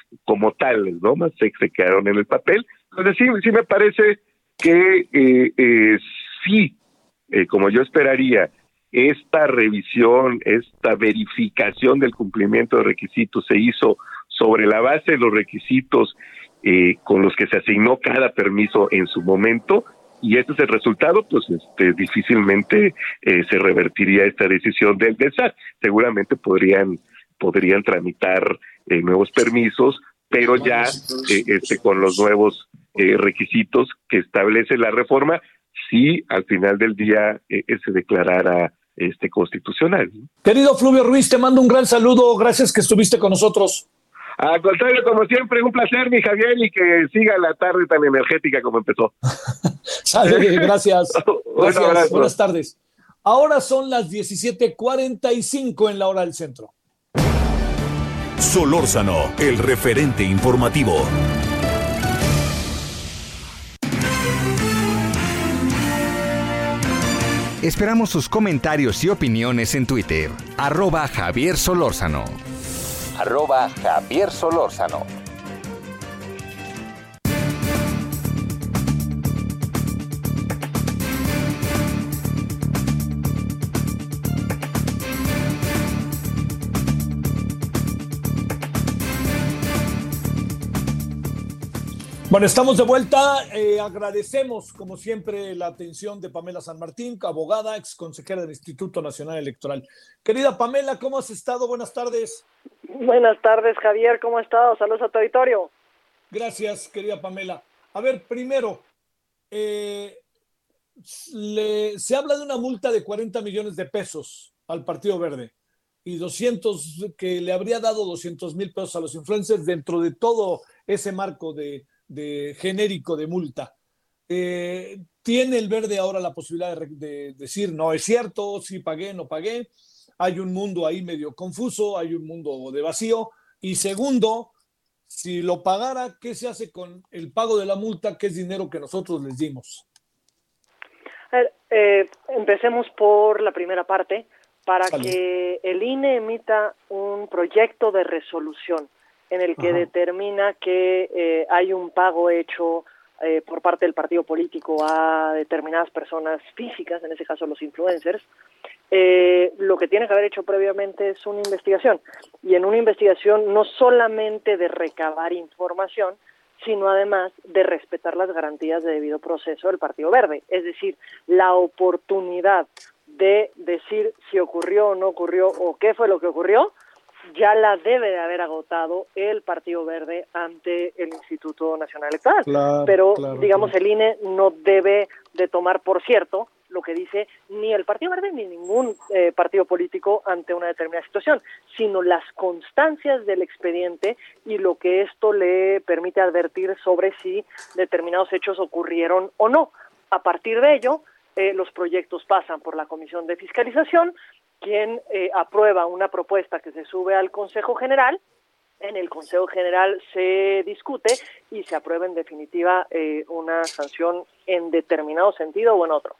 J: como tales, ¿no? Más se, se quedaron en el papel. Entonces sí, sí me parece que eh, eh, sí, eh, como yo esperaría, esta revisión, esta verificación del cumplimiento de requisitos se hizo sobre la base de los requisitos eh, con los que se asignó cada permiso en su momento, y este es el resultado, pues este, difícilmente eh, se revertiría esta decisión del, del S A T. Seguramente podrían podrían tramitar eh, nuevos permisos, pero ya eh, este con los nuevos eh, requisitos que establece la reforma, si al final del día eh, se declarara este constitucional.
C: Querido Fluvio Ruiz, te mando un gran saludo, gracias que estuviste con nosotros.
J: Al contrario, como siempre, un placer, mi Javier, y que siga la tarde tan energética como empezó.
C: Sale, gracias. Gracias.
J: Un abrazo.
C: Buenas tardes. Ahora son las diecisiete cuarenta y cinco en la hora del centro.
B: Solórzano, el referente informativo.
F: Esperamos sus comentarios y opiniones en Twitter. Arroba Javier Solórzano. Arroba Javier Solórzano.
C: Bueno, estamos de vuelta. Eh, agradecemos, como siempre, la atención de Pamela San Martín, abogada, ex consejera del Instituto Nacional Electoral. Querida Pamela, ¿cómo has estado? Buenas tardes.
K: Buenas tardes, Javier. ¿Cómo has estado? Saludos a tu auditorio.
C: Gracias, querida Pamela. A ver, primero, eh, le, se habla de una multa de cuarenta millones de pesos al Partido Verde y doscientos, que le habría dado doscientos mil pesos a los influencers dentro de todo ese marco de de genérico de multa. Eh, ¿Tiene el Verde ahora la posibilidad de, de decir no es cierto, sí pagué, no pagué? Hay un mundo ahí medio confuso, hay un mundo de vacío. Y segundo, si lo pagara, ¿qué se hace con el pago de la multa, que es dinero que nosotros les dimos?
K: A ver, eh, empecemos por la primera parte. Para
C: Salud.
K: Que el I N E emita un proyecto de resolución en el que Ajá. determina que eh, hay un pago hecho eh, por parte del partido político a determinadas personas físicas, en ese caso los influencers, eh, lo que tiene que haber hecho previamente es una investigación. Y en una investigación no solamente de recabar información, sino además de respetar las garantías de debido proceso del Partido Verde. Es decir, la oportunidad de decir si ocurrió o no ocurrió o qué fue lo que ocurrió, ya la debe de haber agotado el Partido Verde ante el Instituto Nacional Electoral. Claro, Pero, claro, digamos, claro. el I N E no debe de tomar por cierto lo que dice ni el Partido Verde ni ningún eh, partido político ante una determinada situación, sino las constancias del expediente y lo que esto le permite advertir sobre si determinados hechos ocurrieron o no. A partir de ello, eh, los proyectos pasan por la Comisión de Fiscalización, quien eh, aprueba una propuesta que se sube al Consejo General. En el Consejo General se discute y se aprueba en definitiva eh, una sanción en determinado sentido o en otro.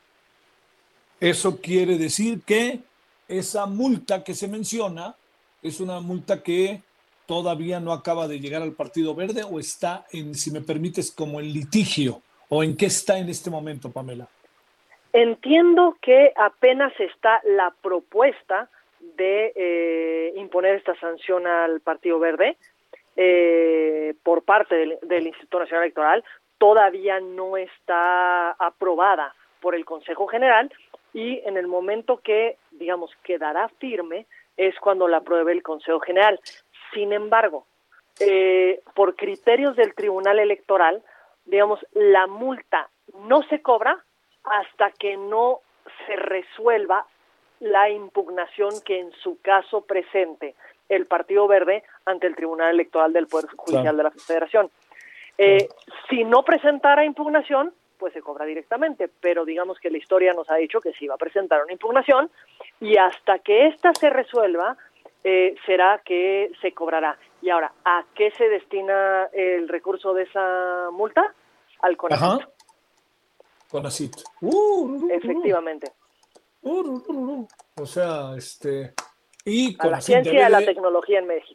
C: Eso quiere decir que esa multa que se menciona es una multa que todavía no acaba de llegar al Partido Verde, o está en, si me permites, como en litigio, o en qué está en este momento, Pamela.
K: Entiendo que apenas está la propuesta de eh, imponer esta sanción al Partido Verde eh, por parte del, del Instituto Nacional Electoral. Todavía no está aprobada por el Consejo General y en el momento que, digamos, quedará firme es cuando la apruebe el Consejo General. Sin embargo, eh, por criterios del Tribunal Electoral, digamos, la multa no se cobra hasta que no se resuelva la impugnación que en su caso presente el Partido Verde ante el Tribunal Electoral del Poder Judicial claro. de la Federación. Eh, si no presentara impugnación, pues se cobra directamente, pero digamos que la historia nos ha dicho que sí va a presentar una impugnación y hasta que ésta se resuelva, eh, será que se cobrará. Y ahora, ¿a qué se destina el recurso de esa multa? Al CONACYT. Ajá.
C: CONACYT. Uh, uh, uh,
K: Efectivamente.
C: Uh, uh, uh, uh. O sea, este... Y
K: a la ciencia y a la tecnología en México.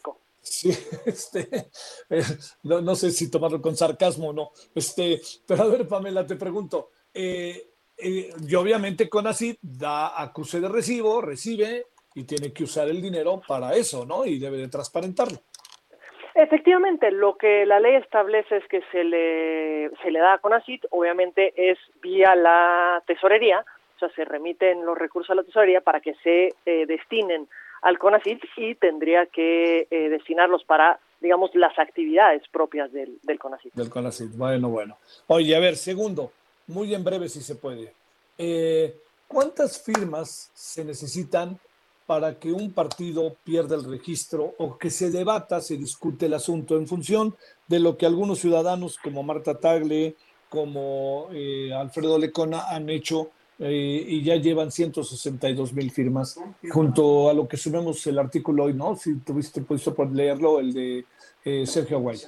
C: Sí, este, eh, no, no sé si tomarlo con sarcasmo o no. Este, pero a ver, Pamela, te pregunto, eh, eh, y obviamente CONACYT da acuse de recibo, recibe y tiene que usar el dinero para eso, ¿no? Y debe de transparentarlo.
K: Efectivamente, lo que la ley establece es que se le, se le da a CONACYT, obviamente es vía la tesorería, o sea, se remiten los recursos a la tesorería para que se eh, destinen al CONACYT y tendría que eh, destinarlos para, digamos, las actividades propias del, del CONACYT.
C: Del CONACYT, bueno, bueno. Oye, a ver, segundo, muy en breve si se puede. Eh, ¿Cuántas firmas se necesitan para que un partido pierda el registro o que se debata, se discute el asunto en función de lo que algunos ciudadanos como Marta Tagle, como eh, Alfredo Lecona han hecho eh, y ya llevan ciento sesenta y dos mil firmas, junto a lo que sumemos el artículo hoy, ¿no? Si tuviste puesto por leerlo, el de eh, Sergio Aguayo.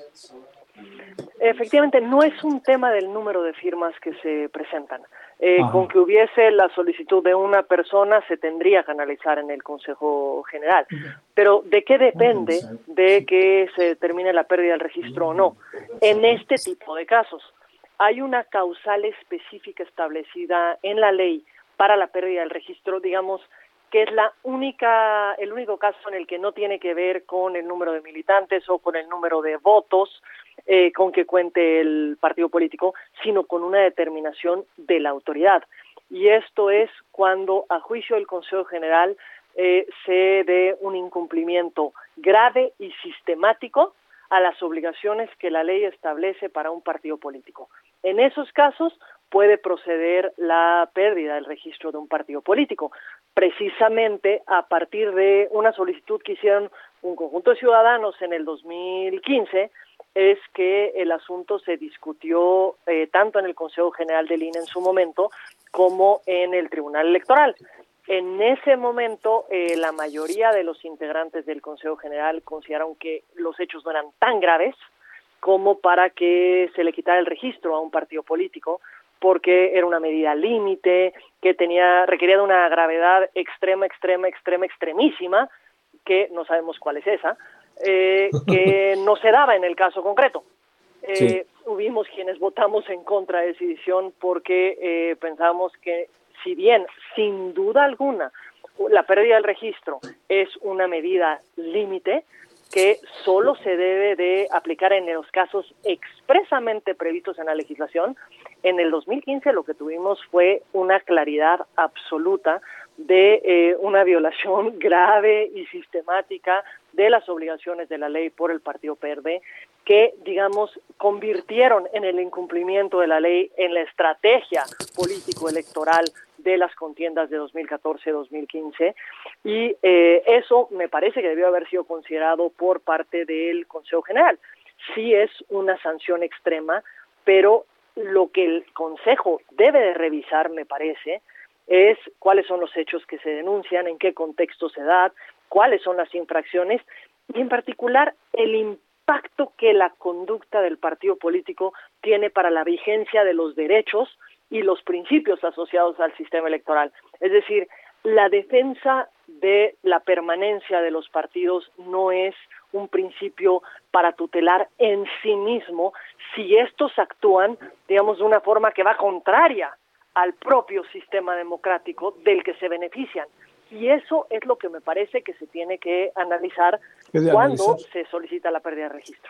K: Efectivamente, no es un tema del número de firmas que se presentan. Eh, con que hubiese la solicitud de una persona se tendría que analizar en el Consejo General. Pero ¿de qué depende de que se determine la pérdida del registro o no? En este tipo de casos, hay una causal específica establecida en la ley para la pérdida del registro, digamos, que es la única, el único caso en el que no tiene que ver con el número de militantes o con el número de votos eh, con que cuente el partido político, sino con una determinación de la autoridad. Y esto es cuando, a juicio del Consejo General, eh, se dé un incumplimiento grave y sistemático a las obligaciones que la ley establece para un partido político. En esos casos puede proceder la pérdida del registro de un partido político, precisamente a partir de una solicitud que hicieron un conjunto de ciudadanos en el dos mil quince, es que el asunto se discutió eh, tanto en el Consejo General del I N E en su momento como en el Tribunal Electoral. En ese momento, eh, la mayoría de los integrantes del Consejo General consideraron que los hechos no eran tan graves como para que se le quitara el registro a un partido político, porque era una medida límite, que tenía requería de una gravedad extrema, extrema, extrema, extremísima, que no sabemos cuál es esa, eh, que no se daba en el caso concreto. Eh, sí. Hubimos quienes votamos en contra de esa decisión porque eh, pensábamos que, si bien, sin duda alguna, la pérdida del registro es una medida límite, que solo se debe de aplicar en los casos expresamente previstos en la legislación. En el dos mil quince lo que tuvimos fue una claridad absoluta de eh, una violación grave y sistemática de las obligaciones de la ley por el Partido P R D, que, digamos, convirtieron en el incumplimiento de la ley en la estrategia político-electoral de las contiendas de dos mil catorce dos mil quince, y eh, eso me parece que debió haber sido considerado por parte del Consejo General. Sí es una sanción extrema, pero lo que el Consejo debe de revisar, me parece, es cuáles son los hechos que se denuncian, en qué contexto se da, cuáles son las infracciones, y en particular el impacto que la conducta del partido político tiene para la vigencia de los derechos y los principios asociados al sistema electoral. Es decir, la defensa de la permanencia de los partidos no es un principio para tutelar en sí mismo si estos actúan, digamos, de una forma que va contraria al propio sistema democrático del que se benefician. Y eso es lo que me parece que se tiene que analizar cuando analizar? se solicita la pérdida de registro.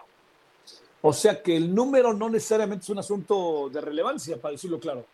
C: O sea que el número no necesariamente es un asunto de relevancia, para decirlo claro.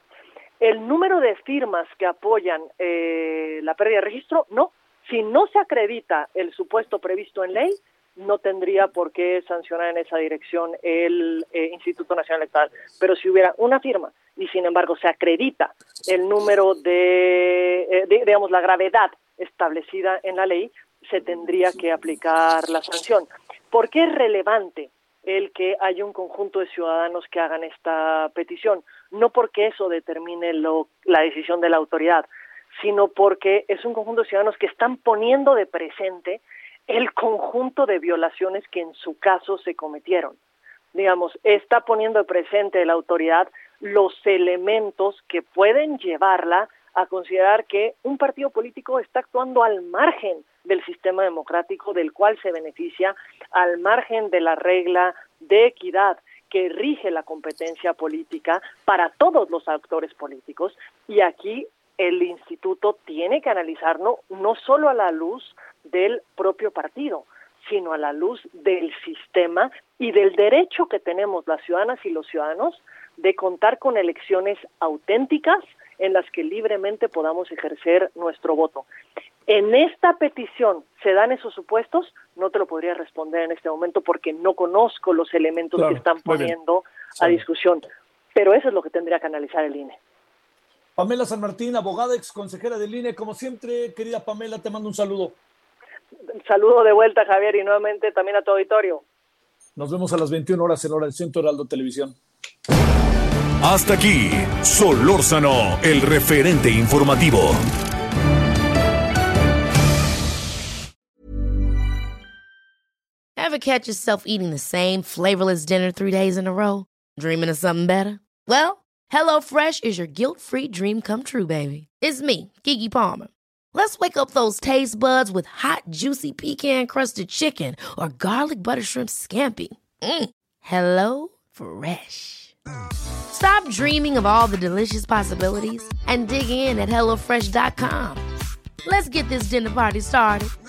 K: El número de firmas que apoyan eh, la pérdida de registro, no. Si no se acredita el supuesto previsto en ley, no tendría por qué sancionar en esa dirección el eh, Instituto Nacional Electoral. Pero si hubiera una firma y, sin embargo, se acredita el número de, eh, de digamos, la gravedad establecida en la ley, se tendría que aplicar la sanción. ¿Por qué es relevante el que haya un conjunto de ciudadanos que hagan esta petición? No porque eso determine lo, la decisión de la autoridad, sino porque es un conjunto de ciudadanos que están poniendo de presente el conjunto de violaciones que en su caso se cometieron. Digamos, está poniendo de presente la autoridad los elementos que pueden llevarla a considerar que un partido político está actuando al margen del sistema democrático del cual se beneficia, al margen de la regla de equidad que rige la competencia política para todos los actores políticos, y aquí el instituto tiene que analizarlo no solo a la luz del propio partido, sino a la luz del sistema y del derecho que tenemos las ciudadanas y los ciudadanos de contar con elecciones auténticas en las que libremente podamos ejercer nuestro voto. En esta petición, ¿se dan esos supuestos? No te lo podría responder en este momento porque no conozco los elementos claro, que están poniendo a discusión, pero eso es lo que tendría que analizar el I N E.
C: Pamela San Martín, abogada, ex consejera del I N E, como siempre, querida Pamela, te mando un saludo.
K: Saludo de vuelta, Javier, y nuevamente también a tu auditorio.
C: Nos vemos a las veintiuna horas en hora del Centro Heraldo Televisión.
B: Hasta aquí, Solórzano, el referente informativo.
L: Ever catch yourself eating the same flavorless dinner three days in a row? Dreaming of something better? Well, HelloFresh is your guilt-free dream come true, baby. It's me, Keke Palmer. Let's wake up those taste buds with hot, juicy pecan-crusted chicken or garlic butter shrimp scampi. Mm. Hello Fresh. Stop dreaming of all the delicious possibilities and dig in at hello fresh dot com. Let's get this dinner party started.